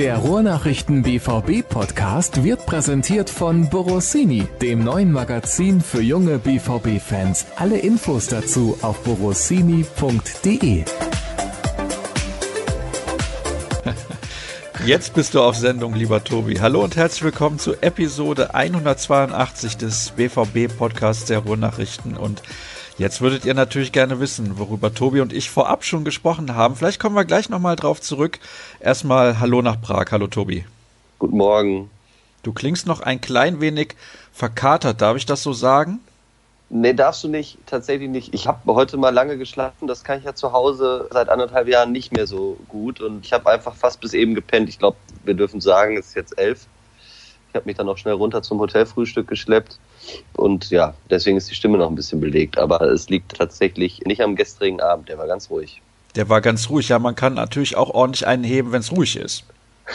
Der Ruhrnachrichten BVB Podcast wird präsentiert von Borossini, dem neuen Magazin für junge BVB-Fans. Alle Infos dazu auf borossini.de. Jetzt bist du auf Sendung, lieber Tobi. Hallo und herzlich willkommen zu Episode 182 des BVB-Podcasts der Ruhrnachrichten. Und jetzt würdet ihr natürlich gerne wissen, worüber Tobi und ich vorab schon gesprochen haben. Vielleicht kommen wir gleich nochmal drauf zurück. Erstmal Hallo nach Prag. Hallo Tobi. Guten Morgen. Du klingst noch ein klein wenig verkatert, darf ich das so sagen? Nee, darfst du nicht, tatsächlich nicht. Ich habe heute mal lange geschlafen, das kann ich ja zu Hause seit 1,5 Jahren nicht mehr so gut. Und ich habe einfach fast bis eben gepennt. Ich glaube, wir dürfen sagen, es ist jetzt 11. Ich habe mich dann noch schnell runter zum Hotelfrühstück geschleppt. Und ja, deswegen ist die Stimme noch ein bisschen belegt. Aber es liegt tatsächlich nicht am gestrigen Abend, der war ganz ruhig. Der war ganz ruhig, ja, man kann natürlich auch ordentlich einen heben, wenn es ruhig ist.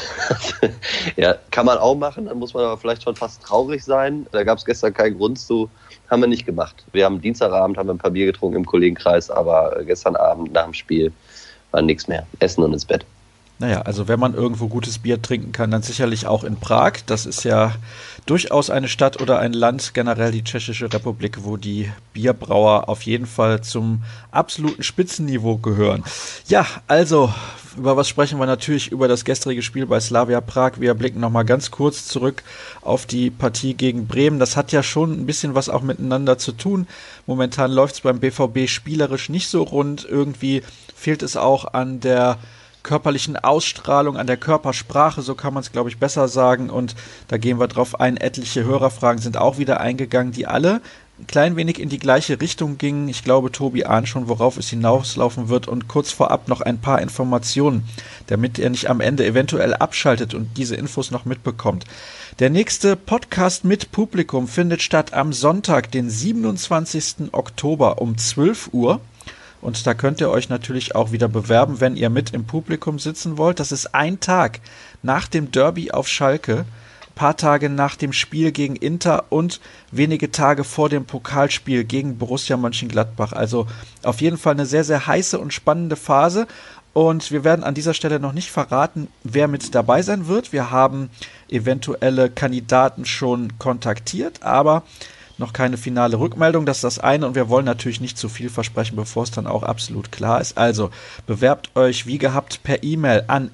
Ja, kann man auch machen, dann muss man aber vielleicht schon fast traurig sein. Da gab es gestern keinen Grund zu, haben wir nicht gemacht. Wir haben Dienstagabend, haben wir ein paar Bier getrunken im Kollegenkreis, aber gestern Abend nach dem Spiel war nichts mehr. Essen und ins Bett. Naja, also wenn man irgendwo gutes Bier trinken kann, dann sicherlich auch in Prag. Das ist ja durchaus eine Stadt oder ein Land, generell die Tschechische Republik, wo die Bierbrauer auf jeden Fall zum absoluten Spitzenniveau gehören. Ja, also über was sprechen wir? Natürlich über das gestrige Spiel bei Slavia Prag. Wir blicken nochmal ganz kurz zurück auf die Partie gegen Bremen. Das hat ja schon ein bisschen was auch miteinander zu tun. Momentan läuft es beim BVB spielerisch nicht so rund. Irgendwie fehlt es auch an der körperlichen Ausstrahlung, an der Körpersprache, so kann man es, glaube ich, besser sagen. Und da gehen wir drauf ein. Etliche Hörerfragen sind auch wieder eingegangen, die alle ein klein wenig in die gleiche Richtung gingen. Ich glaube, Tobi ahnt schon, worauf es hinauslaufen wird. Und kurz vorab noch ein paar Informationen, damit er nicht am Ende eventuell abschaltet und diese Infos noch mitbekommt. Der nächste Podcast mit Publikum findet statt am Sonntag, den 27. Oktober um 12 Uhr. Und da könnt ihr euch natürlich auch wieder bewerben, wenn ihr mit im Publikum sitzen wollt. Das ist ein Tag nach dem Derby auf Schalke, ein paar Tage nach dem Spiel gegen Inter und wenige Tage vor dem Pokalspiel gegen Borussia Mönchengladbach. Also auf jeden Fall eine sehr, sehr heiße und spannende Phase. Und wir werden an dieser Stelle noch nicht verraten, wer mit dabei sein wird. Wir haben eventuelle Kandidaten schon kontaktiert, aber noch keine finale Rückmeldung, das ist das eine, und wir wollen natürlich nicht zu viel versprechen, bevor es dann auch absolut klar ist. Also bewerbt euch wie gehabt per E-Mail an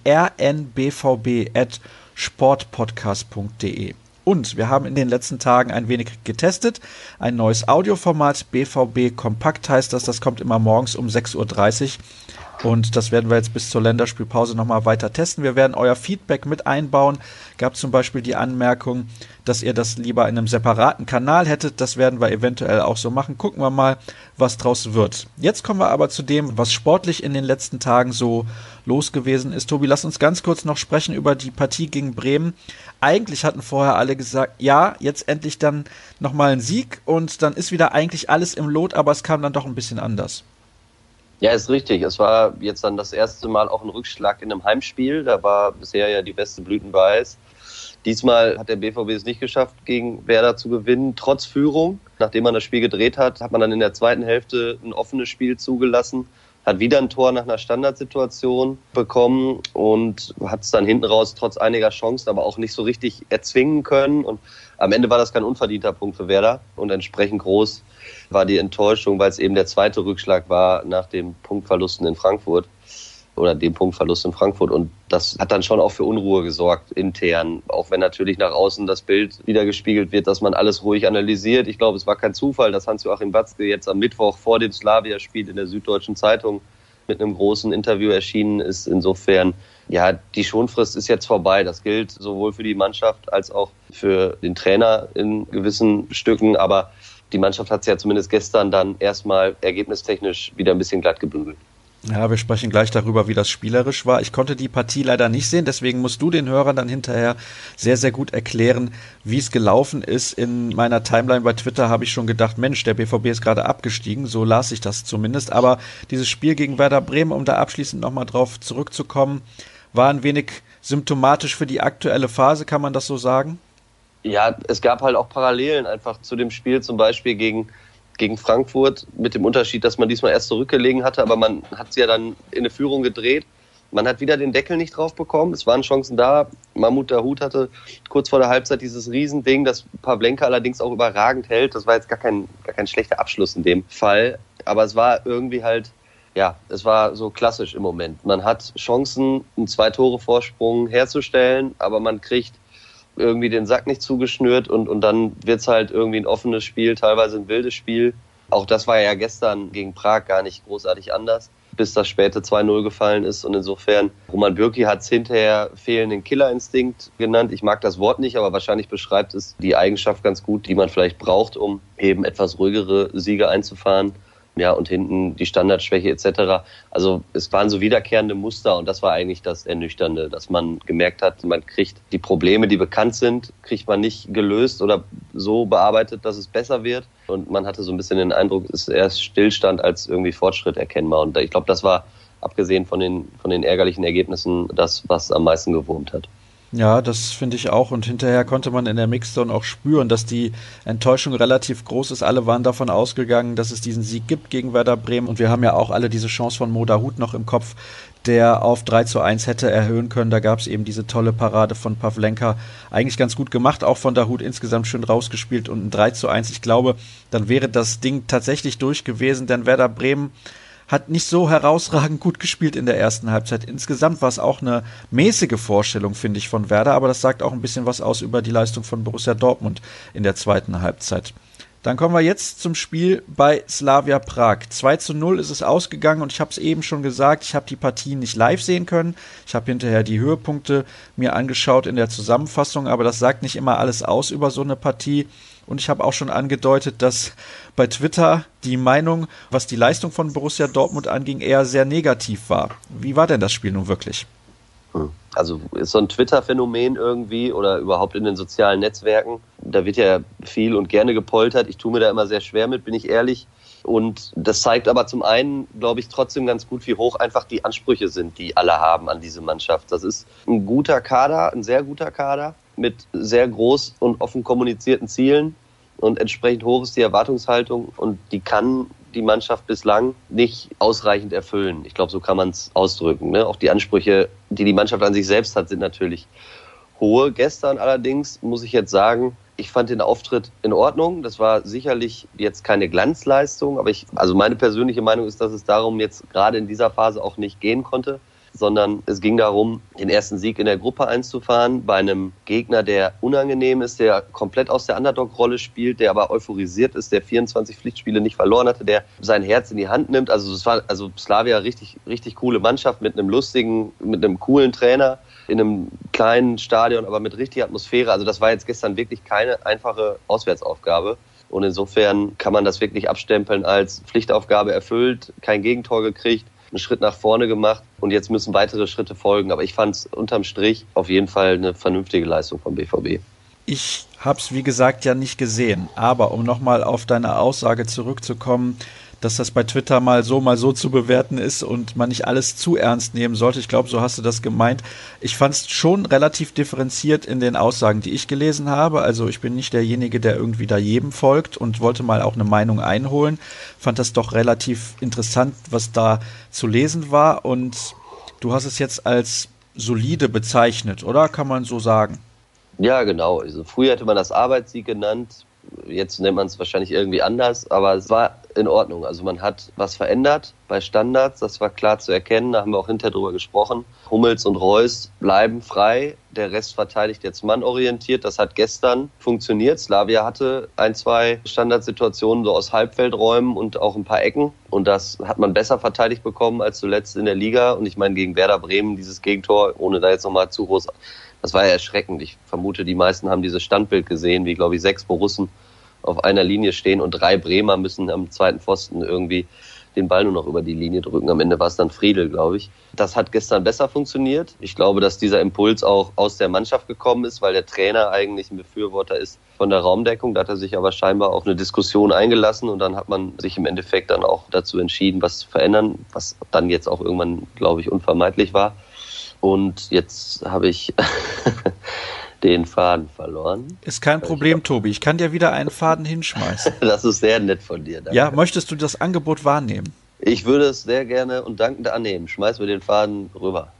rnbvb@sportpodcast.de. Und wir haben in den letzten Tagen ein wenig getestet, ein neues Audioformat, BVB Kompakt heißt das, das kommt immer morgens um 6:30 Uhr. Und das werden wir jetzt bis zur Länderspielpause nochmal weiter testen. Wir werden euer Feedback mit einbauen. Gab zum Beispiel die Anmerkung, dass ihr das lieber in einem separaten Kanal hättet. Das werden wir eventuell auch so machen. Gucken wir mal, was draus wird. Jetzt kommen wir aber zu dem, was sportlich in den letzten Tagen so los gewesen ist. Tobi, lass uns ganz kurz noch sprechen über die Partie gegen Bremen. Eigentlich hatten vorher alle gesagt, ja, jetzt endlich dann nochmal ein Sieg und dann ist wieder eigentlich alles im Lot, aber es kam dann doch ein bisschen anders. Ja, ist richtig. Es war jetzt dann das erste Mal auch ein Rückschlag in einem Heimspiel. Da war bisher ja die beste Blütenweiß. Diesmal hat der BVB es nicht geschafft, gegen Werder zu gewinnen, trotz Führung. Nachdem man das Spiel gedreht hat, hat man dann in der zweiten Hälfte ein offenes Spiel zugelassen, hat wieder ein Tor nach einer Standardsituation bekommen und hat es dann hinten raus trotz einiger Chancen aber auch nicht so richtig erzwingen können. Und am Ende war das kein unverdienter Punkt für Werder und entsprechend groß war die Enttäuschung, weil es eben der zweite Rückschlag war nach dem Punktverlusten in Frankfurt oder dem Punktverlust in Frankfurt. Und das hat dann schon auch für Unruhe gesorgt intern, auch wenn natürlich nach außen das Bild wieder gespiegelt wird, dass man alles ruhig analysiert. Ich glaube, es war kein Zufall, dass Hans-Joachim Watzke jetzt am Mittwoch vor dem Slavia-Spiel in der Süddeutschen Zeitung mit einem großen Interview erschienen ist. Insofern, ja, die Schonfrist ist jetzt vorbei. Das gilt sowohl für die Mannschaft als auch für den Trainer in gewissen Stücken. Aber die Mannschaft hat es ja zumindest gestern dann erstmal ergebnistechnisch wieder ein bisschen glatt gebügelt. Ja, wir sprechen gleich darüber, wie das spielerisch war. Ich konnte die Partie leider nicht sehen, deswegen musst du den Hörern dann hinterher sehr, sehr gut erklären, wie es gelaufen ist. In meiner Timeline bei Twitter habe ich schon gedacht, Mensch, der BVB ist gerade abgestiegen, so las ich das zumindest. Aber dieses Spiel gegen Werder Bremen, um da abschließend nochmal drauf zurückzukommen, war ein wenig symptomatisch für die aktuelle Phase, kann man das so sagen? Ja, es gab halt auch Parallelen einfach zu dem Spiel, zum Beispiel gegen Frankfurt, mit dem Unterschied, dass man diesmal erst zurückgelegen hatte, aber man hat sie ja dann in eine Führung gedreht Man hat wieder den Deckel nicht drauf bekommen. Es waren Chancen da. Mahmoud Dahoud hatte kurz vor der Halbzeit dieses Riesending, das Pavlenka allerdings auch überragend hält. Das war jetzt gar kein schlechter Abschluss in dem Fall. Aber es war irgendwie halt, ja, es war so klassisch im Moment. Man hat Chancen, einen 2-Tore-Vorsprung herzustellen, aber man kriegt irgendwie den Sack nicht zugeschnürt und dann wird's halt irgendwie ein offenes Spiel, teilweise ein wildes Spiel. Auch das war ja gestern gegen Prag gar nicht großartig anders, bis das späte 2-0 gefallen ist. Und insofern, Roman Bürki hat es hinterher fehlenden Killerinstinkt genannt. Ich mag das Wort nicht, aber wahrscheinlich beschreibt es die Eigenschaft ganz gut, die man vielleicht braucht, um eben etwas ruhigere Siege einzufahren. Ja, und hinten die Standardschwäche etc. Also es waren so wiederkehrende Muster und das war eigentlich das Ernüchternde, dass man gemerkt hat, man kriegt die Probleme, die bekannt sind, kriegt man nicht gelöst oder so bearbeitet, dass es besser wird. Und man hatte so ein bisschen den Eindruck, es ist erst Stillstand als irgendwie Fortschritt erkennbar. Und ich glaube, das war, abgesehen von den ärgerlichen Ergebnissen, das, was am meisten gewurmt hat. Ja, das finde ich auch. Und hinterher konnte man in der Mixzone auch spüren, dass die Enttäuschung relativ groß ist. Alle waren davon ausgegangen, dass es diesen Sieg gibt gegen Werder Bremen. Und wir haben ja auch alle diese Chance von Mo Dahoud noch im Kopf, der auf 3:1 hätte erhöhen können. Da gab es eben diese tolle Parade von Pavlenka. Eigentlich ganz gut gemacht, auch von Dahoud insgesamt schön rausgespielt. Und ein 3:1, ich glaube, dann wäre das Ding tatsächlich durch gewesen, denn Werder Bremen hat nicht so herausragend gut gespielt in der ersten Halbzeit. Insgesamt war es auch eine mäßige Vorstellung, finde ich, von Werder, aber das sagt auch ein bisschen was aus über die Leistung von Borussia Dortmund in der zweiten Halbzeit. Dann kommen wir jetzt zum Spiel bei Slavia Prag. 2:0 ist es ausgegangen und ich habe es eben schon gesagt, ich habe die Partie nicht live sehen können. Ich habe hinterher die Höhepunkte mir angeschaut in der Zusammenfassung, aber das sagt nicht immer alles aus über so eine Partie. Und ich habe auch schon angedeutet, dass bei Twitter die Meinung, was die Leistung von Borussia Dortmund anging, eher sehr negativ war. Wie war denn das Spiel nun wirklich? Also ist so ein Twitter-Phänomen irgendwie oder überhaupt in den sozialen Netzwerken. Da wird ja viel und gerne gepoltert. Ich tue mir da immer sehr schwer mit, bin ich ehrlich. Und das zeigt aber zum einen, glaube ich, trotzdem ganz gut, wie hoch einfach die Ansprüche sind, die alle haben an diese Mannschaft. Das ist ein guter Kader, ein sehr guter Kader mit sehr groß und offen kommunizierten Zielen. Und entsprechend hoch ist die Erwartungshaltung und die kann die Mannschaft bislang nicht ausreichend erfüllen. Ich glaube, so kann man es ausdrücken. Ne? Auch die Ansprüche, die die Mannschaft an sich selbst hat, sind natürlich hohe. Gestern allerdings muss ich jetzt sagen, ich fand den Auftritt in Ordnung. Das war sicherlich jetzt keine Glanzleistung, aber also meine persönliche Meinung ist, dass es darum jetzt gerade in dieser Phase auch nicht gehen konnte, sondern es ging darum, den ersten Sieg in der Gruppe einzufahren bei einem Gegner, der unangenehm ist, der komplett aus der Underdog-Rolle spielt, der aber euphorisiert ist, der 24 Pflichtspiele nicht verloren hatte, der sein Herz in die Hand nimmt. Also es war Slavia richtig, richtig coole Mannschaft mit einem coolen Trainer in einem kleinen Stadion, aber mit richtiger Atmosphäre. Also das war jetzt gestern wirklich keine einfache Auswärtsaufgabe. Und insofern kann man das wirklich abstempeln als Pflichtaufgabe erfüllt, kein Gegentor gekriegt, einen Schritt nach vorne gemacht und jetzt müssen weitere Schritte folgen. Aber ich fand es unterm Strich auf jeden Fall eine vernünftige Leistung vom BVB. Ich habe es, wie gesagt, ja nicht gesehen. Aber um nochmal auf deine Aussage zurückzukommen, dass das bei Twitter mal so zu bewerten ist und man nicht alles zu ernst nehmen sollte. Ich glaube, so hast du das gemeint. Ich fand es schon relativ differenziert in den Aussagen, die ich gelesen habe. Also ich bin nicht derjenige, der irgendwie da jedem folgt und wollte mal auch eine Meinung einholen. Fand das doch relativ interessant, was da zu lesen war. Und du hast es jetzt als solide bezeichnet, oder? Kann man so sagen? Ja, genau. Also früher hätte man das Arbeitssieg genannt. Jetzt nennt man es wahrscheinlich irgendwie anders, aber es war in Ordnung. Also man hat was verändert bei Standards, das war klar zu erkennen, da haben wir auch hinterher drüber gesprochen. Hummels und Reus bleiben frei, der Rest verteidigt jetzt mannorientiert. Das hat gestern funktioniert. Slavia hatte 1-2 Standardsituationen so aus Halbfeldräumen und auch ein paar Ecken und das hat man besser verteidigt bekommen als zuletzt in der Liga. Und ich meine, gegen Werder Bremen dieses Gegentor, ohne da jetzt nochmal zu groß... Das war ja erschreckend. Ich vermute, die meisten haben dieses Standbild gesehen, wie, glaube ich, 6 Borussen auf einer Linie stehen und 3 Bremer müssen am zweiten Pfosten irgendwie den Ball nur noch über die Linie drücken. Am Ende war es dann Friedl, glaube ich. Das hat gestern besser funktioniert. Ich glaube, dass dieser Impuls auch aus der Mannschaft gekommen ist, weil der Trainer eigentlich ein Befürworter ist von der Raumdeckung. Da hat er sich aber scheinbar auf eine Diskussion eingelassen und dann hat man sich im Endeffekt dann auch dazu entschieden, was zu verändern, was dann jetzt auch irgendwann, glaube ich, unvermeidlich war. Und jetzt habe ich den Faden verloren. Ist kein Problem, Tobi. Ich kann dir wieder einen Faden hinschmeißen. Das ist sehr nett von dir. Danke. Ja, möchtest du das Angebot wahrnehmen? Ich würde es sehr gerne und dankend annehmen. Schmeiß mir den Faden rüber.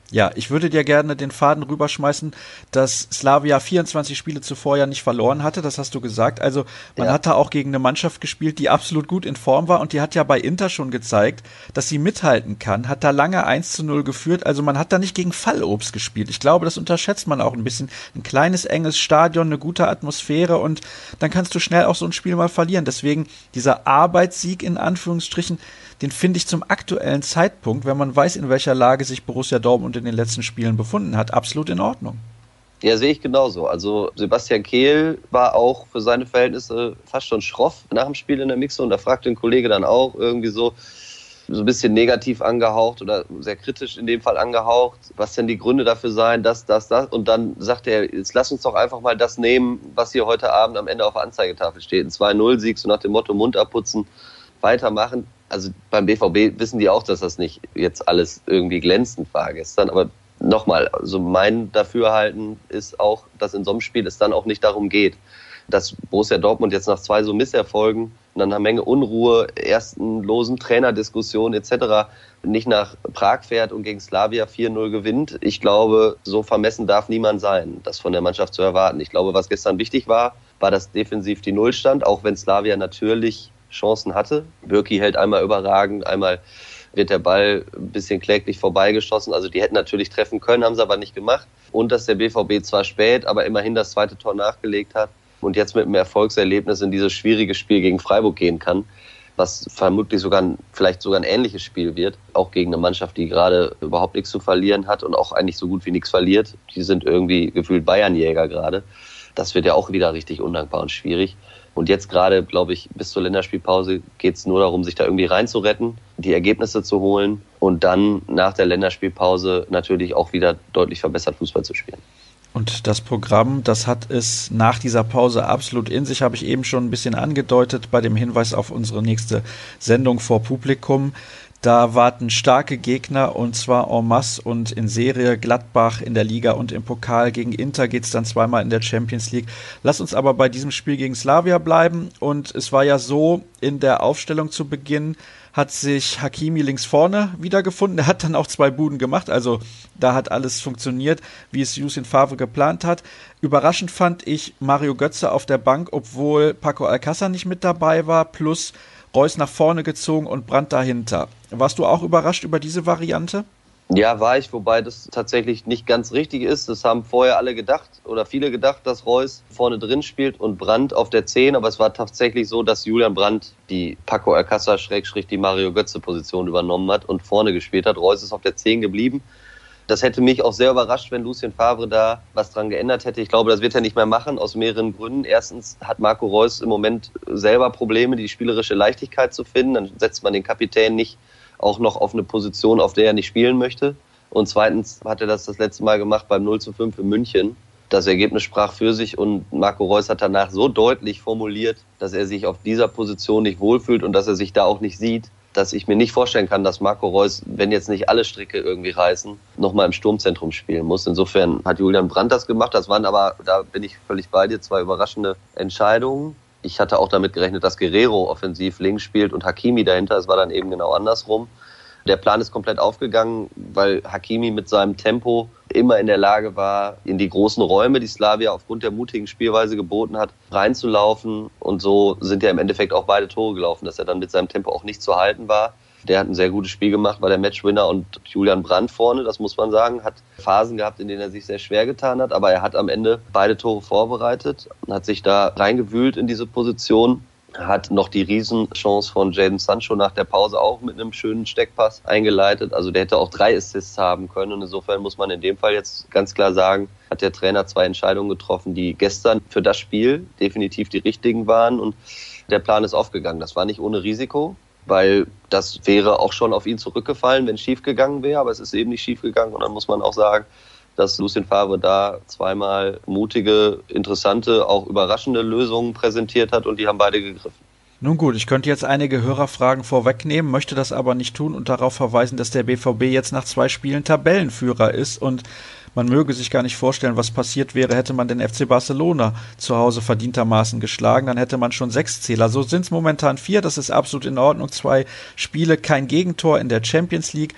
Ja, ich würde dir gerne den Faden rüberschmeißen, dass Slavia 24 Spiele zuvor ja nicht verloren hatte, das hast du gesagt. Also man hat da auch gegen eine Mannschaft gespielt, die absolut gut in Form war und die hat ja bei Inter schon gezeigt, dass sie mithalten kann, hat da lange 1-0 geführt, also man hat da nicht gegen Fallobst gespielt. Ich glaube, das unterschätzt man auch ein bisschen. Ein kleines, enges Stadion, eine gute Atmosphäre und dann kannst du schnell auch so ein Spiel mal verlieren. Deswegen dieser Arbeitssieg in Anführungsstrichen, den finde ich zum aktuellen Zeitpunkt, wenn man weiß, in welcher Lage sich Borussia Dortmund in den letzten Spielen befunden hat, absolut in Ordnung. Ja, sehe ich genauso. Also Sebastian Kehl war auch für seine Verhältnisse fast schon schroff nach dem Spiel in der Mixzone und da fragte ein Kollege dann auch irgendwie so ein bisschen negativ angehaucht oder sehr kritisch in dem Fall angehaucht, was denn die Gründe dafür seien, das. Und dann sagte er, jetzt lass uns doch einfach mal das nehmen, was hier heute Abend am Ende auf der Anzeigetafel steht. Ein 2-0-Sieg, so nach dem Motto Mund abputzen, weitermachen. Also beim BVB wissen die auch, dass das nicht jetzt alles irgendwie glänzend war gestern. Aber nochmal, also mein Dafürhalten ist auch, dass in so einem Spiel es dann auch nicht darum geht, dass Borussia Dortmund jetzt nach 2 so Misserfolgen und dann einer Menge Unruhe, ersten losen Trainerdiskussionen etc. nicht nach Prag fährt und gegen Slavia 4-0 gewinnt. Ich glaube, so vermessen darf niemand sein, das von der Mannschaft zu erwarten. Ich glaube, was gestern wichtig war, dass defensiv die Null stand, auch wenn Slavia natürlich Chancen hatte. Bürki hält einmal überragend, einmal wird der Ball ein bisschen kläglich vorbeigeschossen. Also die hätten natürlich treffen können, haben sie aber nicht gemacht. Und dass der BVB zwar spät, aber immerhin das zweite Tor nachgelegt hat und jetzt mit einem Erfolgserlebnis in dieses schwierige Spiel gegen Freiburg gehen kann, was vermutlich vielleicht sogar ein ähnliches Spiel wird, auch gegen eine Mannschaft, die gerade überhaupt nichts zu verlieren hat und auch eigentlich so gut wie nichts verliert. Die sind irgendwie gefühlt Bayernjäger gerade. Das wird ja auch wieder richtig undankbar und schwierig. Und jetzt gerade, glaube ich, bis zur Länderspielpause geht es nur darum, sich da irgendwie reinzuretten, die Ergebnisse zu holen und dann nach der Länderspielpause natürlich auch wieder deutlich verbessert Fußball zu spielen. Und das Programm, das hat es nach dieser Pause absolut in sich, habe ich eben schon ein bisschen angedeutet bei dem Hinweis auf unsere nächste Sendung vor Publikum. Da warten starke Gegner und zwar en masse und in Serie. Gladbach in der Liga und im Pokal. Gegen Inter geht es dann zweimal in der Champions League. Lass uns aber bei diesem Spiel gegen Slavia bleiben. Und es war ja so, in der Aufstellung zu Beginn hat sich Hakimi links vorne wiedergefunden. Er hat dann auch 2 Buden gemacht. Also da hat alles funktioniert, wie es Lucien Favre geplant hat. Überraschend fand ich Mario Götze auf der Bank, obwohl Paco Alcácer nicht mit dabei war, plus Reus nach vorne gezogen und Brandt dahinter. Warst du auch überrascht über diese Variante? Ja, war ich, wobei das tatsächlich nicht ganz richtig ist. Das haben vorher alle gedacht oder viele gedacht, dass Reus vorne drin spielt und Brandt auf der 10. Aber es war tatsächlich so, dass Julian Brandt die Paco Alcácer / die Mario Götze Position übernommen hat und vorne gespielt hat. Reus ist auf der 10 geblieben. Das hätte mich auch sehr überrascht, wenn Lucien Favre da was dran geändert hätte. Ich glaube, das wird er nicht mehr machen, aus mehreren Gründen. Erstens hat Marco Reus im Moment selber Probleme, die spielerische Leichtigkeit zu finden. Dann setzt man den Kapitän nicht auch noch auf eine Position, auf der er nicht spielen möchte. Und zweitens hat er das letzte Mal gemacht beim 0:5 in München. Das Ergebnis sprach für sich und Marco Reus hat danach so deutlich formuliert, dass er sich auf dieser Position nicht wohlfühlt und dass er sich da auch nicht sieht, dass ich mir nicht vorstellen kann, dass Marco Reus, wenn jetzt nicht alle Stricke irgendwie reißen, nochmal im Sturmzentrum spielen muss. Insofern hat Julian Brandt das gemacht. Das waren aber, da bin ich völlig bei dir, 2 überraschende Entscheidungen. Ich hatte auch damit gerechnet, dass Guerrero offensiv links spielt und Hakimi dahinter. Es war dann eben genau andersrum. Der Plan ist komplett aufgegangen, weil Hakimi mit seinem Tempo immer in der Lage war, in die großen Räume, die Slavia aufgrund der mutigen Spielweise geboten hat, reinzulaufen. Und so sind ja im Endeffekt auch beide Tore gelaufen, dass er dann mit seinem Tempo auch nicht zu halten war. Der hat ein sehr gutes Spiel gemacht, war der Matchwinner und Julian Brandt vorne, das muss man sagen, hat Phasen gehabt, in denen er sich sehr schwer getan hat, aber er hat am Ende beide Tore vorbereitet, hat sich da reingewühlt in diese Position, hat noch die Riesenchance von Jadon Sancho nach der Pause auch mit einem schönen Steckpass eingeleitet. Also der hätte auch 3 Assists haben können und insofern muss man in dem Fall jetzt ganz klar sagen, hat der Trainer 2 Entscheidungen getroffen, die gestern für das Spiel definitiv die richtigen waren und der Plan ist aufgegangen. Das war nicht ohne Risiko, weil das wäre auch schon auf ihn zurückgefallen, wenn es schief gegangen wäre, aber es ist eben nicht schief gegangen und dann muss man auch sagen, dass Lucien Favre da zweimal mutige, interessante, auch überraschende Lösungen präsentiert hat und die haben beide gegriffen. Nun gut, ich könnte jetzt einige Hörerfragen vorwegnehmen, möchte das aber nicht tun und darauf verweisen, dass der BVB jetzt nach 2 Spielen Tabellenführer ist und man möge sich gar nicht vorstellen, was passiert wäre, hätte man den FC Barcelona zu Hause verdientermaßen geschlagen, dann hätte man schon 6 Zähler. So sind es momentan 4, das ist absolut in Ordnung. 2 Spiele, kein Gegentor in der Champions League.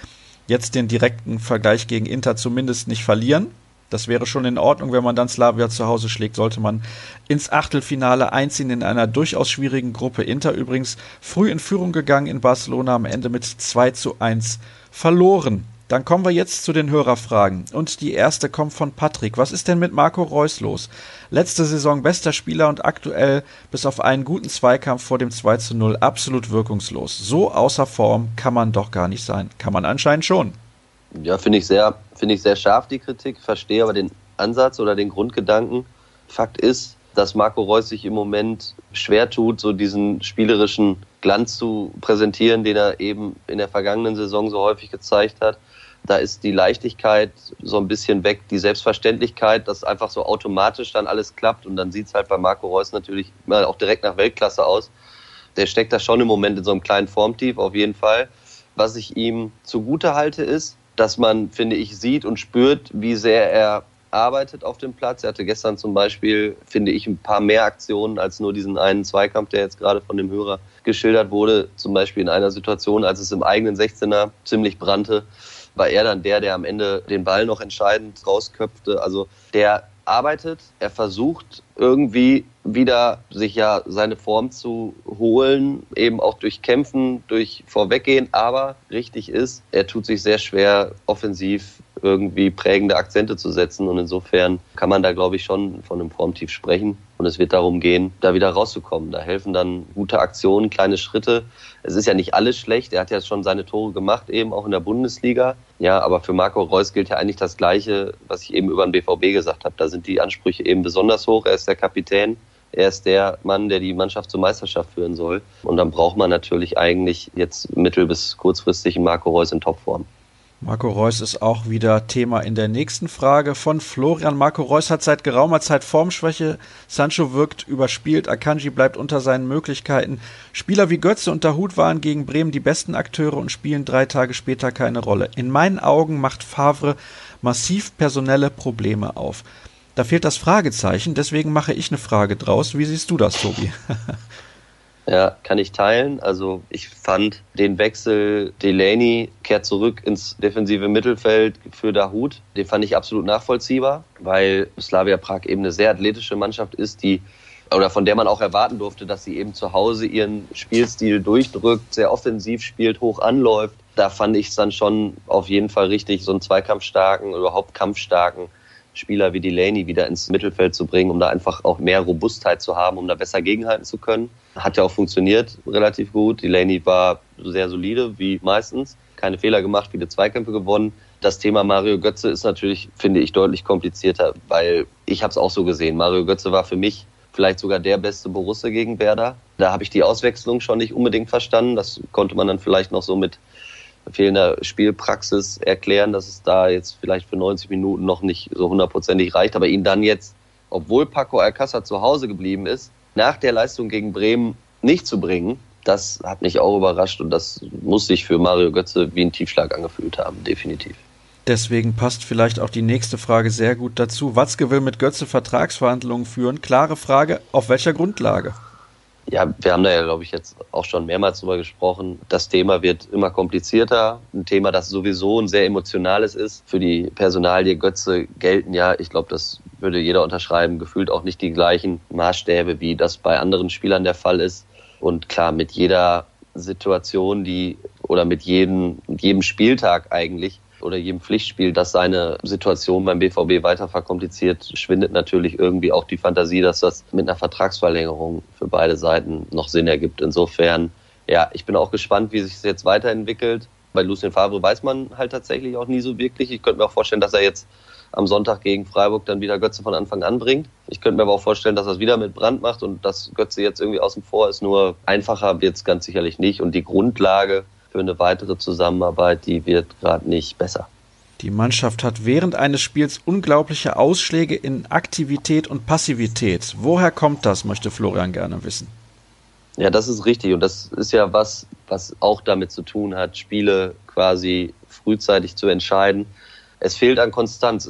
jetzt den direkten Vergleich gegen Inter zumindest nicht verlieren. Das wäre schon in Ordnung, wenn man dann Slavia zu Hause schlägt, sollte man ins Achtelfinale einziehen in einer durchaus schwierigen Gruppe. Inter übrigens früh in Führung gegangen in Barcelona, am Ende mit 2:1 verloren. Dann kommen wir jetzt zu den Hörerfragen. Und die erste kommt von Patrick. Was ist denn mit Marco Reus los? Letzte Saison bester Spieler und aktuell bis auf einen guten Zweikampf vor dem 2:0 absolut wirkungslos. So außer Form kann man doch gar nicht sein. Kann man anscheinend schon. Ja, finde ich sehr scharf, die Kritik. Verstehe aber den Ansatz oder den Grundgedanken. Fakt ist, dass Marco Reus sich im Moment schwer tut, so diesen spielerischen Glanz zu präsentieren, den er eben in der vergangenen Saison so häufig gezeigt hat. Da ist die Leichtigkeit so ein bisschen weg, die Selbstverständlichkeit, dass einfach so automatisch dann alles klappt. Und dann sieht es halt bei Marco Reus natürlich auch direkt nach Weltklasse aus. Der steckt da schon im Moment in so einem kleinen Formtief, auf jeden Fall. Was ich ihm zugute halte, ist, dass man, finde ich, sieht und spürt, wie sehr er arbeitet auf dem Platz. Er hatte gestern zum Beispiel, finde ich, ein paar mehr Aktionen als nur diesen einen Zweikampf, der jetzt gerade von dem Hörer geschildert wurde. Zum Beispiel in einer Situation, als es im eigenen 16er ziemlich brannte, war er dann der am Ende den Ball noch entscheidend rausköpfte. Also der arbeitet, er versucht irgendwie wieder sich ja seine Form zu holen, eben auch durch Kämpfen, durch Vorweggehen, aber richtig ist, er tut sich sehr schwer, offensiv irgendwie prägende Akzente zu setzen und insofern kann man da, glaube ich, schon von einem Formtief sprechen und es wird darum gehen, da wieder rauszukommen. Da helfen dann gute Aktionen, kleine Schritte. Es ist ja nicht alles schlecht, er hat ja schon seine Tore gemacht, eben auch in der Bundesliga. Ja, aber für Marco Reus gilt ja eigentlich das Gleiche, was ich eben über den BVB gesagt habe. Da sind die Ansprüche eben besonders hoch, er ist der Kapitän. Er ist der Mann, der die Mannschaft zur Meisterschaft führen soll. Und dann braucht man natürlich eigentlich jetzt mittel- bis kurzfristig einen Marco Reus in Topform. Marco Reus ist auch wieder Thema in der nächsten Frage von Florian. Marco Reus hat seit geraumer Zeit Formschwäche. Sancho wirkt überspielt. Akanji bleibt unter seinen Möglichkeiten. Spieler wie Götze und Dahoud waren gegen Bremen die besten Akteure und spielen 3 Tage später keine Rolle. In meinen Augen macht Favre massiv personelle Probleme auf. Da fehlt das Fragezeichen, deswegen mache ich eine Frage draus. Wie siehst du das, Tobi? Ja, kann ich teilen. Also ich fand den Wechsel, Delaney kehrt zurück ins defensive Mittelfeld für Dahoud. Den fand ich absolut nachvollziehbar, weil Slavia Prag eben eine sehr athletische Mannschaft ist, oder von der man auch erwarten durfte, dass sie eben zu Hause ihren Spielstil durchdrückt, sehr offensiv spielt, hoch anläuft. Da fand ich es dann schon auf jeden Fall richtig, so einen zweikampfstarken, überhaupt kampfstarken Spieler wie Delaney wieder ins Mittelfeld zu bringen, um da einfach auch mehr Robustheit zu haben, um da besser gegenhalten zu können. Hat ja auch funktioniert, relativ gut. Delaney war sehr solide, wie meistens. Keine Fehler gemacht, viele Zweikämpfe gewonnen. Das Thema Mario Götze ist natürlich, finde ich, deutlich komplizierter, weil ich habe es auch so gesehen. Mario Götze war für mich vielleicht sogar der beste Borusse gegen Werder. Da habe ich die Auswechslung schon nicht unbedingt verstanden. Das konnte man dann vielleicht noch so mit fehlender Spielpraxis erklären, dass es da jetzt vielleicht für 90 Minuten noch nicht so hundertprozentig reicht, aber ihn dann jetzt, obwohl Paco Alcácer zu Hause geblieben ist, nach der Leistung gegen Bremen nicht zu bringen, das hat mich auch überrascht und das muss sich für Mario Götze wie ein Tiefschlag angefühlt haben, definitiv. Deswegen passt vielleicht auch die nächste Frage sehr gut dazu. Watzke will mit Götze Vertragsverhandlungen führen. Klare Frage, auf welcher Grundlage? Ja, wir haben da ja, glaube ich, jetzt auch schon mehrmals drüber gesprochen. Das Thema wird immer komplizierter. Ein Thema, das sowieso ein sehr emotionales ist. Für die Personalie Götze gelten ja, ich glaube, das würde jeder unterschreiben, gefühlt auch nicht die gleichen Maßstäbe, wie das bei anderen Spielern der Fall ist. Und klar, mit jeder Situation, mit jedem Spieltag eigentlich, oder jedem Pflichtspiel, das seine Situation beim BVB weiter verkompliziert, schwindet natürlich irgendwie auch die Fantasie, dass das mit einer Vertragsverlängerung für beide Seiten noch Sinn ergibt. Insofern, ja, ich bin auch gespannt, wie sich es jetzt weiterentwickelt. Bei Lucien Favre weiß man halt tatsächlich auch nie so wirklich. Ich könnte mir auch vorstellen, dass er jetzt am Sonntag gegen Freiburg dann wieder Götze von Anfang an bringt. Ich könnte mir aber auch vorstellen, dass er es wieder mit Brandt macht und dass Götze jetzt irgendwie außen vor ist. Nur einfacher wird es ganz sicherlich nicht. Und die Grundlage für eine weitere Zusammenarbeit, die wird gerade nicht besser. Die Mannschaft hat während eines Spiels unglaubliche Ausschläge in Aktivität und Passivität. Woher kommt das, möchte Florian gerne wissen. Ja, das ist richtig und das ist ja was auch damit zu tun hat, Spiele quasi frühzeitig zu entscheiden. Es fehlt an Konstanz.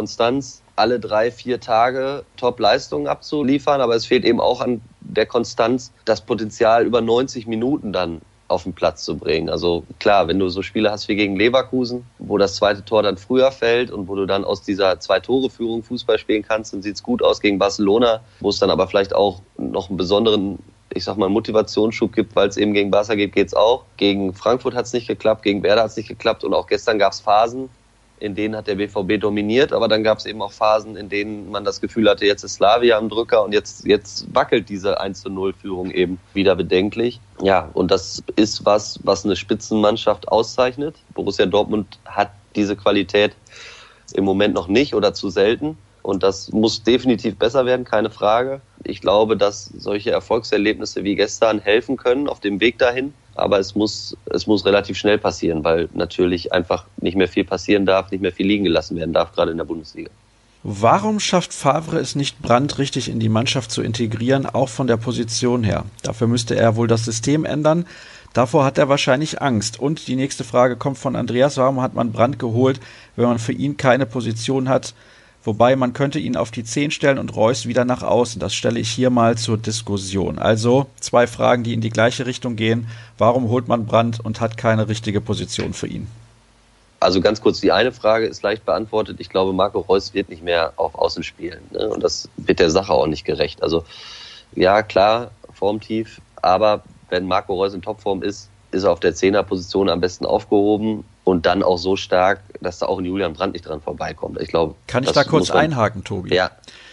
Alle 3-4 Tage Top-Leistungen abzuliefern, aber es fehlt eben auch an der Konstanz, das Potenzial über 90 Minuten dann auf den Platz zu bringen. Also klar, wenn du so Spiele hast wie gegen Leverkusen, wo das zweite Tor dann früher fällt und wo du dann aus dieser 2-Tore-Führung Fußball spielen kannst, dann sieht's gut aus gegen Barcelona, wo es dann aber vielleicht auch noch einen besonderen, ich sag mal, Motivationsschub gibt, weil es eben gegen Barca geht, geht's auch. Gegen Frankfurt hat's nicht geklappt, gegen Werder hat's nicht geklappt und auch gestern gab's Phasen, in denen hat der BVB dominiert, aber dann gab es eben auch Phasen, in denen man das Gefühl hatte, jetzt ist Slavia am Drücker und jetzt wackelt diese 1-0-Führung eben wieder bedenklich. Ja, und das ist was eine Spitzenmannschaft auszeichnet. Borussia Dortmund hat diese Qualität im Moment noch nicht oder zu selten. Und das muss definitiv besser werden, keine Frage. Ich glaube, dass solche Erfolgserlebnisse wie gestern helfen können auf dem Weg dahin. Aber es muss relativ schnell passieren, weil natürlich einfach nicht mehr viel passieren darf, nicht mehr viel liegen gelassen werden darf, gerade in der Bundesliga. Warum schafft Favre es nicht, Brandt richtig in die Mannschaft zu integrieren, auch von der Position her? Dafür müsste er wohl das System ändern. Davor hat er wahrscheinlich Angst. Und die nächste Frage kommt von Andreas. Warum hat man Brandt geholt, wenn man für ihn keine Position hat? Wobei man könnte ihn auf die 10 stellen und Reus wieder nach außen. Das stelle ich hier mal zur Diskussion. Also 2 Fragen, die in die gleiche Richtung gehen. Warum holt man Brandt und hat keine richtige Position für ihn? Also ganz kurz, die eine Frage ist leicht beantwortet. Ich glaube, Marco Reus wird nicht mehr auf Außen spielen. Ne? Und das wird der Sache auch nicht gerecht. Also ja, klar, formtief. Aber wenn Marco Reus in Topform ist er auf der 10er-Position am besten aufgehoben. Und dann auch so stark, dass da auch ein Julian Brandt nicht dran vorbeikommt. Ich glaube, kann ich da kurz einhaken, Tobi? Ja.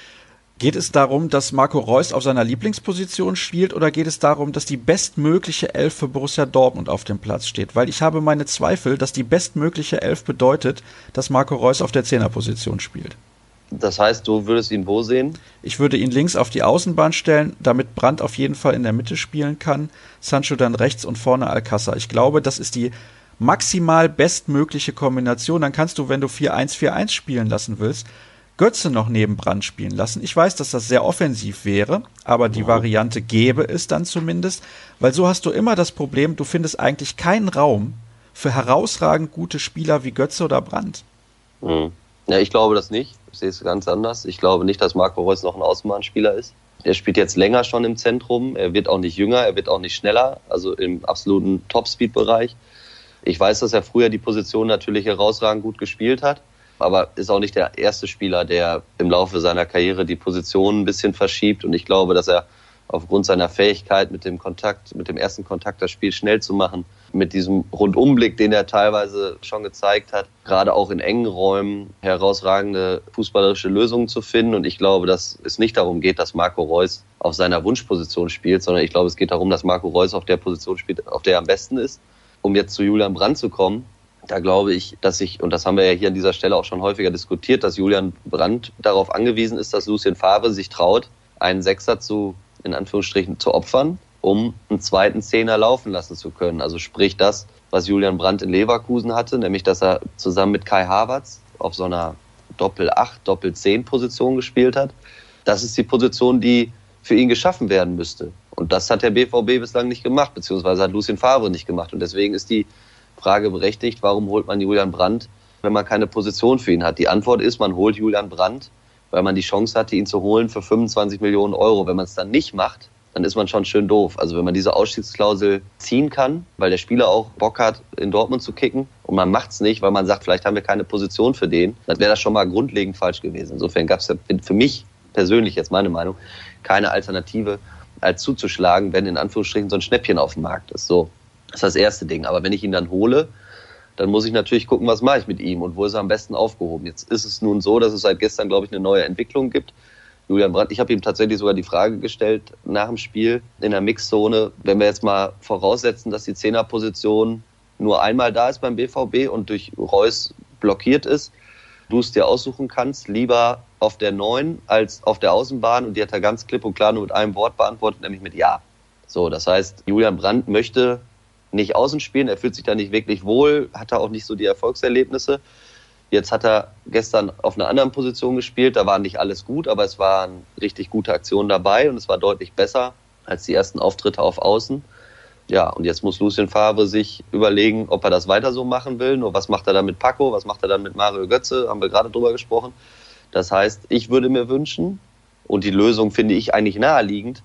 Geht es darum, dass Marco Reus auf seiner Lieblingsposition spielt oder geht es darum, dass die bestmögliche Elf für Borussia Dortmund auf dem Platz steht? Weil ich habe meine Zweifel, dass die bestmögliche Elf bedeutet, dass Marco Reus auf der 10er-Position spielt. Das heißt, du würdest ihn wo sehen? Ich würde ihn links auf die Außenbahn stellen, damit Brandt auf jeden Fall in der Mitte spielen kann, Sancho dann rechts und vorne Alcázar. Ich glaube, das ist die maximal bestmögliche Kombination. Dann kannst du, wenn du 4-1-4-1 spielen lassen willst, Götze noch neben Brandt spielen lassen. Ich weiß, dass das sehr offensiv wäre, aber die Variante gäbe es dann zumindest, weil so hast du immer das Problem, du findest eigentlich keinen Raum für herausragend gute Spieler wie Götze oder Brandt. Ja, ich glaube das nicht. Ich sehe es ganz anders. Ich glaube nicht, dass Marco Reus noch ein Außenbahnspieler ist. Er spielt jetzt länger schon im Zentrum. Er wird auch nicht jünger, er wird auch nicht schneller, also im absoluten Top-Speed-Bereich. Ich weiß, dass er früher die Position natürlich herausragend gut gespielt hat, aber ist auch nicht der erste Spieler, der im Laufe seiner Karriere die Position ein bisschen verschiebt. Und ich glaube, dass er aufgrund seiner Fähigkeit mit dem ersten Kontakt das Spiel schnell zu machen, mit diesem Rundumblick, den er teilweise schon gezeigt hat, gerade auch in engen Räumen herausragende fußballerische Lösungen zu finden. Und ich glaube, dass es nicht darum geht, dass Marco Reus auf seiner Wunschposition spielt, sondern ich glaube, es geht darum, dass Marco Reus auf der Position spielt, auf der er am besten ist. Um jetzt zu Julian Brandt zu kommen, da glaube ich, und das haben wir ja hier an dieser Stelle auch schon häufiger diskutiert, dass Julian Brandt darauf angewiesen ist, dass Lucien Favre sich traut, einen Sechser in Anführungsstrichen zu opfern, um einen zweiten Zehner laufen lassen zu können. Also sprich das, was Julian Brandt in Leverkusen hatte, nämlich dass er zusammen mit Kai Havertz auf so einer Doppel-8, Doppel-10-Position gespielt hat. Das ist die Position, die für ihn geschaffen werden müsste. Und das hat der BVB bislang nicht gemacht, beziehungsweise hat Lucien Favre nicht gemacht. Und deswegen ist die Frage berechtigt, warum holt man Julian Brandt, wenn man keine Position für ihn hat? Die Antwort ist, man holt Julian Brandt, weil man die Chance hatte, ihn zu holen für 25 Millionen Euro. Wenn man es dann nicht macht, dann ist man schon schön doof. Also wenn man diese Ausstiegsklausel ziehen kann, weil der Spieler auch Bock hat, in Dortmund zu kicken, und man macht es nicht, weil man sagt, vielleicht haben wir keine Position für den, dann wäre das schon mal grundlegend falsch gewesen. Insofern gab es für mich persönlich, jetzt meine Meinung, keine Alternative, als zuzuschlagen, wenn in Anführungsstrichen so ein Schnäppchen auf dem Markt ist. So, das ist das erste Ding. Aber wenn ich ihn dann hole, dann muss ich natürlich gucken, was mache ich mit ihm und wo ist er am besten aufgehoben. Jetzt ist es nun so, dass es seit gestern, glaube ich, eine neue Entwicklung gibt. Julian Brandt, ich habe ihm tatsächlich sogar die Frage gestellt nach dem Spiel in der Mixzone, wenn wir jetzt mal voraussetzen, dass die 10er-Position nur einmal da ist beim BVB und durch Reus blockiert ist, du es dir aussuchen kannst, lieber auf der 9 als auf der Außenbahn, und die hat er ganz klipp und klar nur mit einem Wort beantwortet, nämlich mit Ja. So, das heißt, Julian Brandt möchte nicht außen spielen, er fühlt sich da nicht wirklich wohl, hat da auch nicht so die Erfolgserlebnisse. Jetzt hat er gestern auf einer anderen Position gespielt, da war nicht alles gut, aber es waren richtig gute Aktionen dabei und es war deutlich besser als die ersten Auftritte auf Außen. Ja, und jetzt muss Lucien Favre sich überlegen, ob er das weiter so machen will. Nur was macht er dann mit Paco, was macht er dann mit Mario Götze, haben wir gerade drüber gesprochen. Das heißt, ich würde mir wünschen, und die Lösung finde ich eigentlich naheliegend,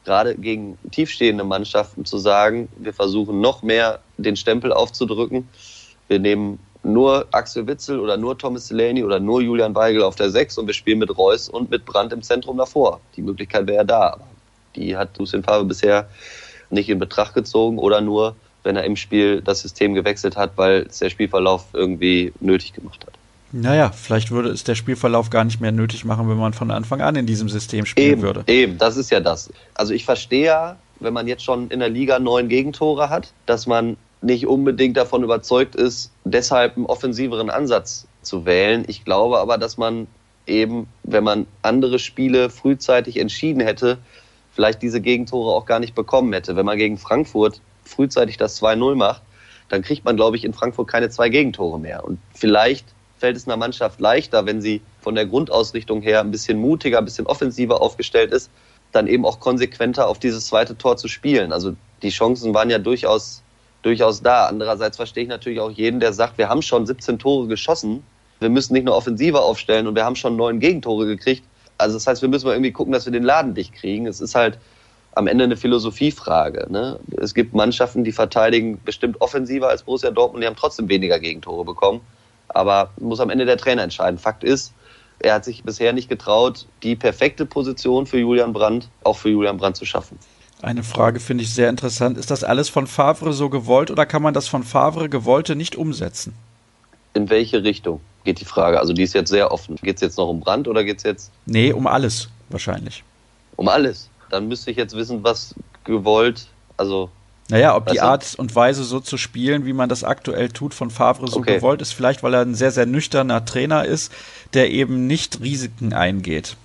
gerade gegen tiefstehende Mannschaften zu sagen, wir versuchen noch mehr den Stempel aufzudrücken. Wir nehmen nur Axel Witsel oder nur Thomas Delaney oder nur Julian Weigl auf der 6 und wir spielen mit Reus und mit Brandt im Zentrum davor. Die Möglichkeit wäre ja da, aber die hat Lucien Favre bisher nicht in Betracht gezogen oder nur, wenn er im Spiel das System gewechselt hat, weil es der Spielverlauf irgendwie nötig gemacht hat. Naja, vielleicht würde es der Spielverlauf gar nicht mehr nötig machen, wenn man von Anfang an in diesem System spielen würde. Eben, das ist ja das. Also ich verstehe ja, wenn man jetzt schon in der Liga 9 Gegentore hat, dass man nicht unbedingt davon überzeugt ist, deshalb einen offensiveren Ansatz zu wählen. Ich glaube aber, dass man eben, wenn man andere Spiele frühzeitig entschieden hätte, vielleicht diese Gegentore auch gar nicht bekommen hätte. Wenn man gegen Frankfurt frühzeitig das 2-0 macht, dann kriegt man, glaube ich, in Frankfurt keine 2 Gegentore mehr. Und vielleicht fällt es einer Mannschaft leichter, wenn sie von der Grundausrichtung her ein bisschen mutiger, ein bisschen offensiver aufgestellt ist, dann eben auch konsequenter auf dieses zweite Tor zu spielen. Also die Chancen waren ja durchaus da. Andererseits verstehe ich natürlich auch jeden, der sagt, wir haben schon 17 Tore geschossen, wir müssen nicht nur offensiver aufstellen und wir haben schon 9 Gegentore gekriegt. Also das heißt, wir müssen mal irgendwie gucken, dass wir den Laden dicht kriegen. Es ist halt am Ende eine Philosophiefrage, ne? Es gibt Mannschaften, die verteidigen bestimmt offensiver als Borussia Dortmund, die haben trotzdem weniger Gegentore bekommen. Aber muss am Ende der Trainer entscheiden. Fakt ist, er hat sich bisher nicht getraut, die perfekte Position für Julian Brandt, auch für Julian Brandt zu schaffen. Eine Frage finde ich sehr interessant. Ist das alles von Favre so gewollt oder kann man das von Favre Gewollte nicht umsetzen? In welche Richtung geht die Frage? Also die ist jetzt sehr offen. Geht es jetzt noch um Brandt oder geht es jetzt... Nee, um alles wahrscheinlich. Um alles? Dann müsste ich jetzt wissen, was gewollt, also... Naja, ob die Art und Weise so zu spielen, wie man das aktuell tut, von Favre so gewollt ist, vielleicht weil er ein sehr, sehr nüchterner Trainer ist, der eben nicht Risiken eingeht.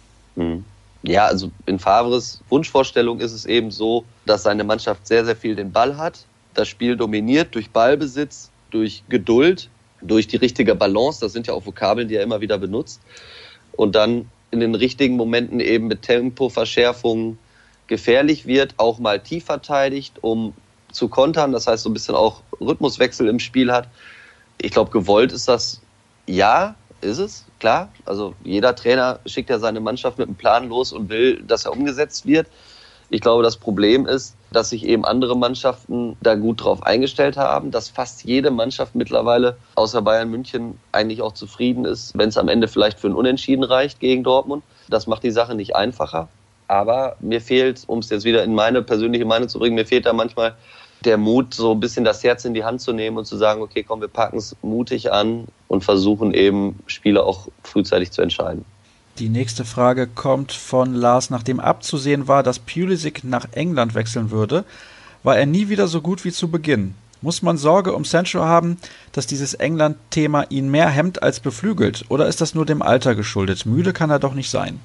Ja, also in Favres Wunschvorstellung ist es eben so, dass seine Mannschaft sehr, sehr viel den Ball hat, das Spiel dominiert durch Ballbesitz, durch Geduld, durch die richtige Balance, das sind ja auch Vokabeln, die er immer wieder benutzt, und dann in den richtigen Momenten eben mit Tempoverschärfungen gefährlich wird, auch mal tief verteidigt, um zu kontern, das heißt so ein bisschen auch Rhythmuswechsel im Spiel hat. Ich glaube, gewollt ist das, ja, ist es, klar. Also jeder Trainer schickt ja seine Mannschaft mit einem Plan los und will, dass er umgesetzt wird. Ich glaube, das Problem ist, dass sich eben andere Mannschaften da gut drauf eingestellt haben, dass fast jede Mannschaft mittlerweile außer Bayern München eigentlich auch zufrieden ist, wenn es am Ende vielleicht für ein Unentschieden reicht gegen Dortmund. Das macht die Sache nicht einfacher. Aber mir fehlt, um es jetzt wieder in meine persönliche Meinung zu bringen, mir fehlt da manchmal der Mut, so ein bisschen das Herz in die Hand zu nehmen und zu sagen, okay, komm, wir packen es mutig an und versuchen eben, Spiele auch frühzeitig zu entscheiden. Die nächste Frage kommt von Lars. Nachdem abzusehen war, dass Pulisic nach England wechseln würde, war er nie wieder so gut wie zu Beginn. Muss man Sorge um Sancho haben, dass dieses England-Thema ihn mehr hemmt als beflügelt? Oder ist das nur dem Alter geschuldet? Müde kann er doch nicht sein.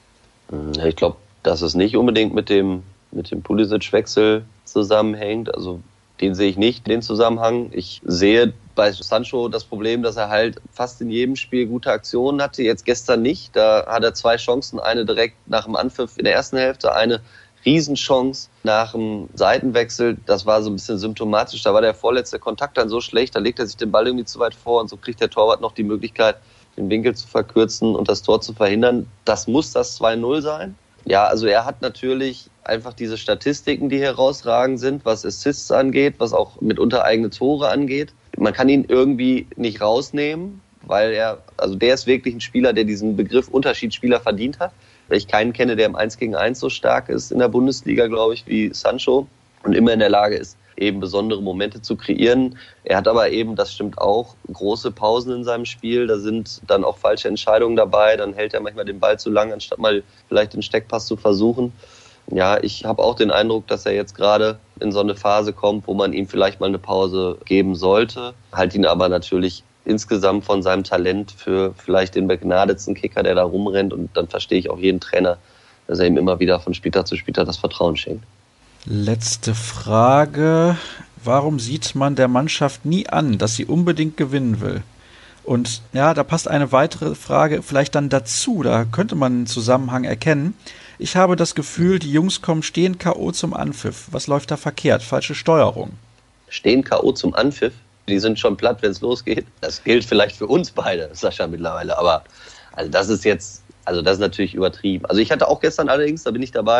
Ich glaube, dass es nicht unbedingt mit dem Pulisic-Wechsel zusammenhängt. Also den sehe ich nicht, den Zusammenhang. Ich sehe bei Sancho das Problem, dass er halt fast in jedem Spiel gute Aktionen hatte. Jetzt gestern nicht. Da hat er 2 Chancen. Eine direkt nach dem Anpfiff in der ersten Hälfte, eine Riesenchance nach dem Seitenwechsel. Das war so ein bisschen symptomatisch. Da war der vorletzte Kontakt dann so schlecht. Da legt er sich den Ball irgendwie zu weit vor und so kriegt der Torwart noch die Möglichkeit, den Winkel zu verkürzen und das Tor zu verhindern. Das muss das 2-0 sein. Ja, also er hat natürlich einfach diese Statistiken, die herausragend sind, was Assists angeht, was auch mitunter eigene Tore angeht. Man kann ihn irgendwie nicht rausnehmen, weil der ist wirklich ein Spieler, der diesen Begriff Unterschiedsspieler verdient hat. Weil ich keinen kenne, der im 1-gegen-1 so stark ist in der Bundesliga, glaube ich, wie Sancho und immer in der Lage ist, eben besondere Momente zu kreieren. Er hat aber eben, das stimmt auch, große Pausen in seinem Spiel. Da sind dann auch falsche Entscheidungen dabei. Dann hält er manchmal den Ball zu lang, anstatt mal vielleicht den Steckpass zu versuchen. Ja, ich habe auch den Eindruck, dass er jetzt gerade in so eine Phase kommt, wo man ihm vielleicht mal eine Pause geben sollte. Halt ihn aber natürlich insgesamt von seinem Talent für vielleicht den begnadetsten Kicker, der da rumrennt. Und dann verstehe ich auch jeden Trainer, dass er ihm immer wieder von Spieltag zu Spieltag das Vertrauen schenkt. Letzte Frage. Warum sieht man der Mannschaft nie an, dass sie unbedingt gewinnen will? Und ja, da passt eine weitere Frage vielleicht dann dazu. Da könnte man einen Zusammenhang erkennen. Ich habe das Gefühl, die Jungs kommen stehen K.O. zum Anpfiff. Was läuft da verkehrt? Falsche Steuerung. Stehen K.O. zum Anpfiff? Die sind schon platt, wenn es losgeht. Das gilt vielleicht für uns beide, Sascha, mittlerweile. Aber das ist natürlich übertrieben. Also ich hatte auch gestern allerdings, da bin ich dabei,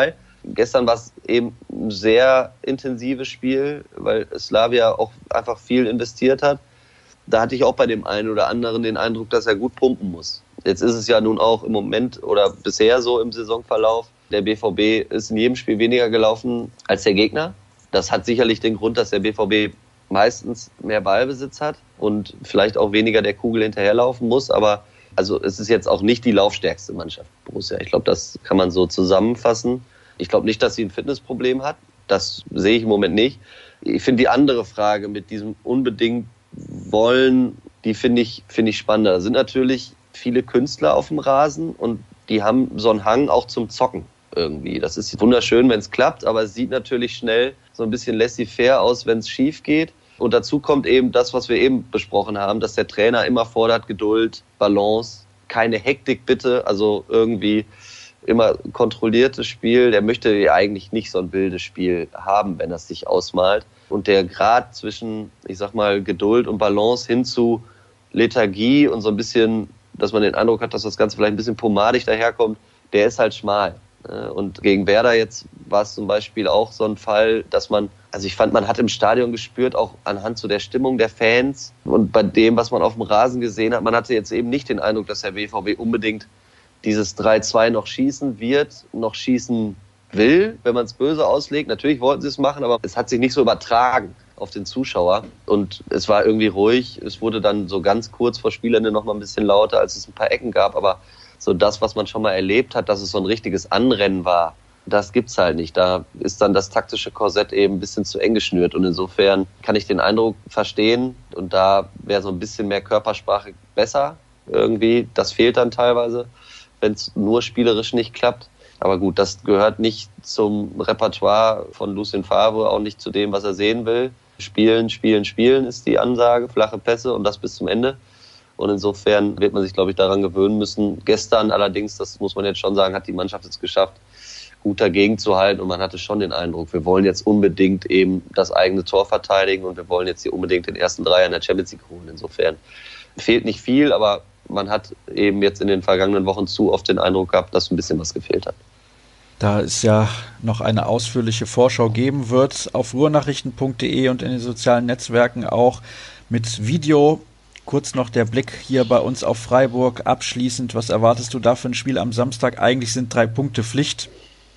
Gestern war es eben ein sehr intensives Spiel, weil Slavia auch einfach viel investiert hat. Da hatte ich auch bei dem einen oder anderen den Eindruck, dass er gut pumpen muss. Jetzt ist es ja nun auch im Moment oder bisher so im Saisonverlauf, der BVB ist in jedem Spiel weniger gelaufen als der Gegner. Das hat sicherlich den Grund, dass der BVB meistens mehr Ballbesitz hat und vielleicht auch weniger der Kugel hinterherlaufen muss. Aber also es ist jetzt auch nicht die laufstärkste Mannschaft, Borussia. Ich glaube, das kann man so zusammenfassen. Ich glaube nicht, dass sie ein Fitnessproblem hat. Das sehe ich im Moment nicht. Ich finde die andere Frage mit diesem unbedingt Wollen, die finde ich spannender. Da sind natürlich viele Künstler auf dem Rasen und die haben so einen Hang auch zum Zocken irgendwie. Das ist wunderschön, wenn es klappt, aber es sieht natürlich schnell so ein bisschen laissez-faire aus, wenn es schief geht. Und dazu kommt eben das, was wir eben besprochen haben, dass der Trainer immer fordert, Geduld, Balance, keine Hektik bitte, also irgendwie immer kontrolliertes Spiel. Der möchte ja eigentlich nicht so ein wildes Spiel haben, wenn er es sich ausmalt. Und der Grad zwischen, ich sag mal, Geduld und Balance hin zu Lethargie und so ein bisschen, dass man den Eindruck hat, dass das Ganze vielleicht ein bisschen pomadig daherkommt, der ist halt schmal. Und gegen Werder jetzt war es zum Beispiel auch so ein Fall, dass ich fand, man hat im Stadion gespürt, auch anhand so der Stimmung der Fans und bei dem, was man auf dem Rasen gesehen hat, man hatte jetzt eben nicht den Eindruck, dass der BVB unbedingt dieses 3-2 noch schießen wird, noch schießen will, wenn man es böse auslegt. Natürlich wollten sie es machen, aber es hat sich nicht so übertragen auf den Zuschauer und es war irgendwie ruhig. Es wurde dann so ganz kurz vor Spielende noch mal ein bisschen lauter, als es ein paar Ecken gab, aber so das, was man schon mal erlebt hat, dass es so ein richtiges Anrennen war, das gibt's halt nicht. Da ist dann das taktische Korsett eben ein bisschen zu eng geschnürt und insofern kann ich den Eindruck verstehen und da wäre so ein bisschen mehr Körpersprache besser irgendwie. Das fehlt dann teilweise, wenn es nur spielerisch nicht klappt. Aber gut, das gehört nicht zum Repertoire von Lucien Favre, auch nicht zu dem, was er sehen will. Spielen, spielen, spielen ist die Ansage, flache Pässe und das bis zum Ende. Und insofern wird man sich, glaube ich, daran gewöhnen müssen. Gestern allerdings, das muss man jetzt schon sagen, hat die Mannschaft es geschafft, gut dagegen zu halten. Und man hatte schon den Eindruck, wir wollen jetzt unbedingt eben das eigene Tor verteidigen und wir wollen jetzt hier unbedingt den ersten Dreier in der Champions League holen. Insofern fehlt nicht viel, aber man hat eben jetzt in den vergangenen Wochen zu oft den Eindruck gehabt, dass ein bisschen was gefehlt hat. Da es ja noch eine ausführliche Vorschau geben wird auf ruhrnachrichten.de und in den sozialen Netzwerken auch mit Video. Kurz noch der Blick hier bei uns auf Freiburg. Abschließend, was erwartest du da für ein Spiel am Samstag? Eigentlich sind 3 Punkte Pflicht.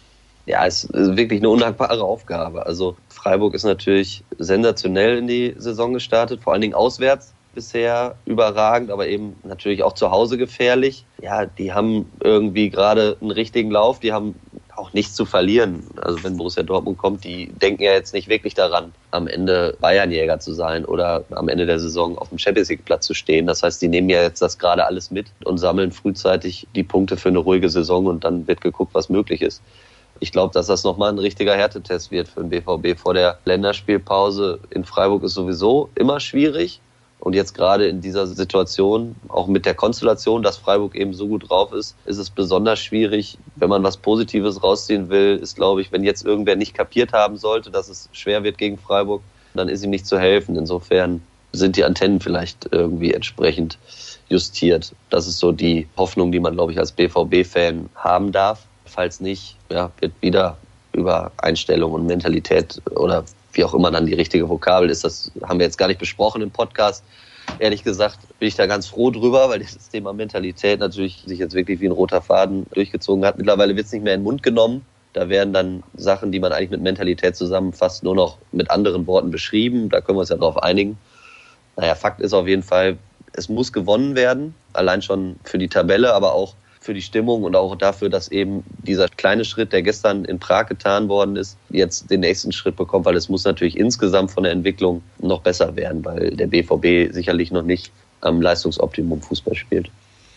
Ja, es ist wirklich eine undankbare Aufgabe. Also Freiburg ist natürlich sensationell in die Saison gestartet, vor allen Dingen auswärts bisher überragend, aber eben natürlich auch zu Hause gefährlich. Ja, die haben irgendwie gerade einen richtigen Lauf, die haben auch nichts zu verlieren. Also wenn Borussia Dortmund kommt, die denken ja jetzt nicht wirklich daran, am Ende Bayernjäger zu sein oder am Ende der Saison auf dem Champions-League-Platz zu stehen. Das heißt, die nehmen ja jetzt das gerade alles mit und sammeln frühzeitig die Punkte für eine ruhige Saison und dann wird geguckt, was möglich ist. Ich glaube, dass das nochmal ein richtiger Härtetest wird für den BVB vor der Länderspielpause. In Freiburg ist sowieso immer schwierig. Und jetzt gerade in dieser Situation, auch mit der Konstellation, dass Freiburg eben so gut drauf ist es besonders schwierig. Wenn man was Positives rausziehen will, ist, glaube ich, wenn jetzt irgendwer nicht kapiert haben sollte, dass es schwer wird gegen Freiburg, dann ist ihm nicht zu helfen. Insofern sind die Antennen vielleicht irgendwie entsprechend justiert. Das ist so die Hoffnung, die man, glaube ich, als BVB-Fan haben darf. Falls nicht, ja, wird wieder über Einstellung und Mentalität oder wie auch immer dann die richtige Vokabel ist, das haben wir jetzt gar nicht besprochen im Podcast. Ehrlich gesagt bin ich da ganz froh drüber, weil das Thema Mentalität natürlich sich jetzt wirklich wie ein roter Faden durchgezogen hat. Mittlerweile wird es nicht mehr in den Mund genommen. Da werden dann Sachen, die man eigentlich mit Mentalität zusammenfasst, nur noch mit anderen Worten beschrieben. Da können wir uns ja drauf einigen. Naja, Fakt ist auf jeden Fall, es muss gewonnen werden. Allein schon für die Tabelle, aber auch für die Stimmung und auch dafür, dass eben dieser kleine Schritt, der gestern in Prag getan worden ist, jetzt den nächsten Schritt bekommt, weil es muss natürlich insgesamt von der Entwicklung noch besser werden, weil der BVB sicherlich noch nicht am Leistungsoptimum Fußball spielt.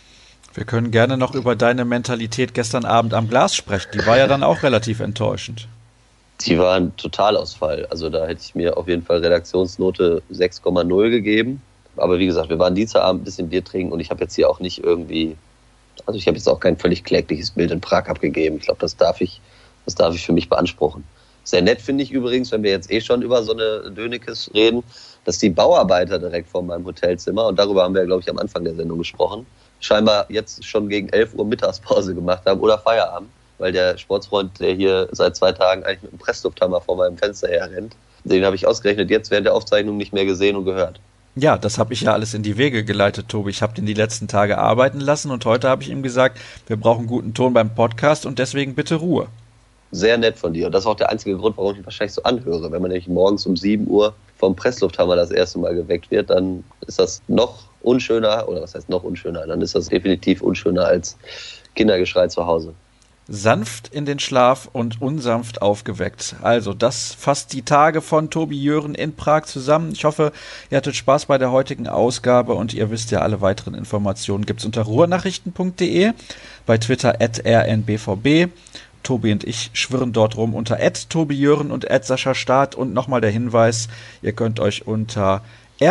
Wir können gerne noch über deine Mentalität gestern Abend am Glas sprechen. Die war ja dann auch relativ enttäuschend. Die war ein Totalausfall. Also da hätte ich mir auf jeden Fall Redaktionsnote 6,0 gegeben. Aber wie gesagt, wir waren Dienstagabend ein bisschen Bier trinken und ich habe jetzt hier auch nicht irgendwie... Also ich habe jetzt auch kein völlig klägliches Bild in Prag abgegeben. Ich glaube, das darf ich für mich beanspruchen. Sehr nett finde ich übrigens, wenn wir jetzt schon über so eine Dönekes reden, dass die Bauarbeiter direkt vor meinem Hotelzimmer, und darüber haben wir, glaube ich, am Anfang der Sendung gesprochen, scheinbar jetzt schon gegen 11 Uhr Mittagspause gemacht haben oder Feierabend. weil der Sportsfreund, der hier seit 2 Tagen eigentlich mit einem Presslufthammer vor meinem Fenster herrennt, den habe ich ausgerechnet jetzt während der Aufzeichnung nicht mehr gesehen und gehört. Ja, das habe ich ja alles in die Wege geleitet, Tobi. Ich habe den die letzten Tage arbeiten lassen und heute habe ich ihm gesagt, wir brauchen guten Ton beim Podcast und deswegen bitte Ruhe. Sehr nett von dir. Und das ist auch der einzige Grund, warum ich mich wahrscheinlich so anhöre. Wenn man nämlich morgens um 7 Uhr vom Presslufthammer das erste Mal geweckt wird, dann ist das noch unschöner, oder was heißt noch unschöner, dann ist das definitiv unschöner als Kindergeschrei zu Hause. Sanft in den Schlaf und unsanft aufgeweckt. Also das fasst die Tage von Tobi Jören in Prag zusammen. Ich hoffe, ihr hattet Spaß bei der heutigen Ausgabe und ihr wisst ja, alle weiteren Informationen gibt's unter ruhrnachrichten.de, bei Twitter @rnbvb. Tobi und ich schwirren dort rum unter @tobijören und @sascha-staat und nochmal der Hinweis, ihr könnt euch unter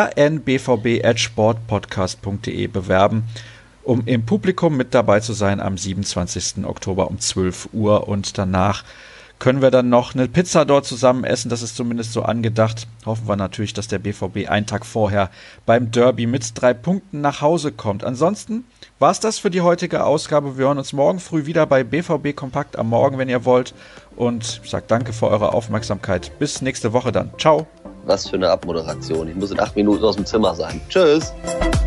rnbvb@sportpodcast.de bewerben, um im Publikum mit dabei zu sein am 27. Oktober um 12 Uhr und danach können wir dann noch eine Pizza dort zusammen essen, das ist zumindest so angedacht. Hoffen wir natürlich, dass der BVB einen Tag vorher beim Derby mit 3 Punkten nach Hause kommt. Ansonsten war es das für die heutige Ausgabe. Wir hören uns morgen früh wieder bei BVB Kompakt am Morgen, wenn ihr wollt. Und ich sage danke für eure Aufmerksamkeit. Bis nächste Woche dann. Ciao. Was für eine Abmoderation. Ich muss in 8 Minuten aus dem Zimmer sein. Tschüss.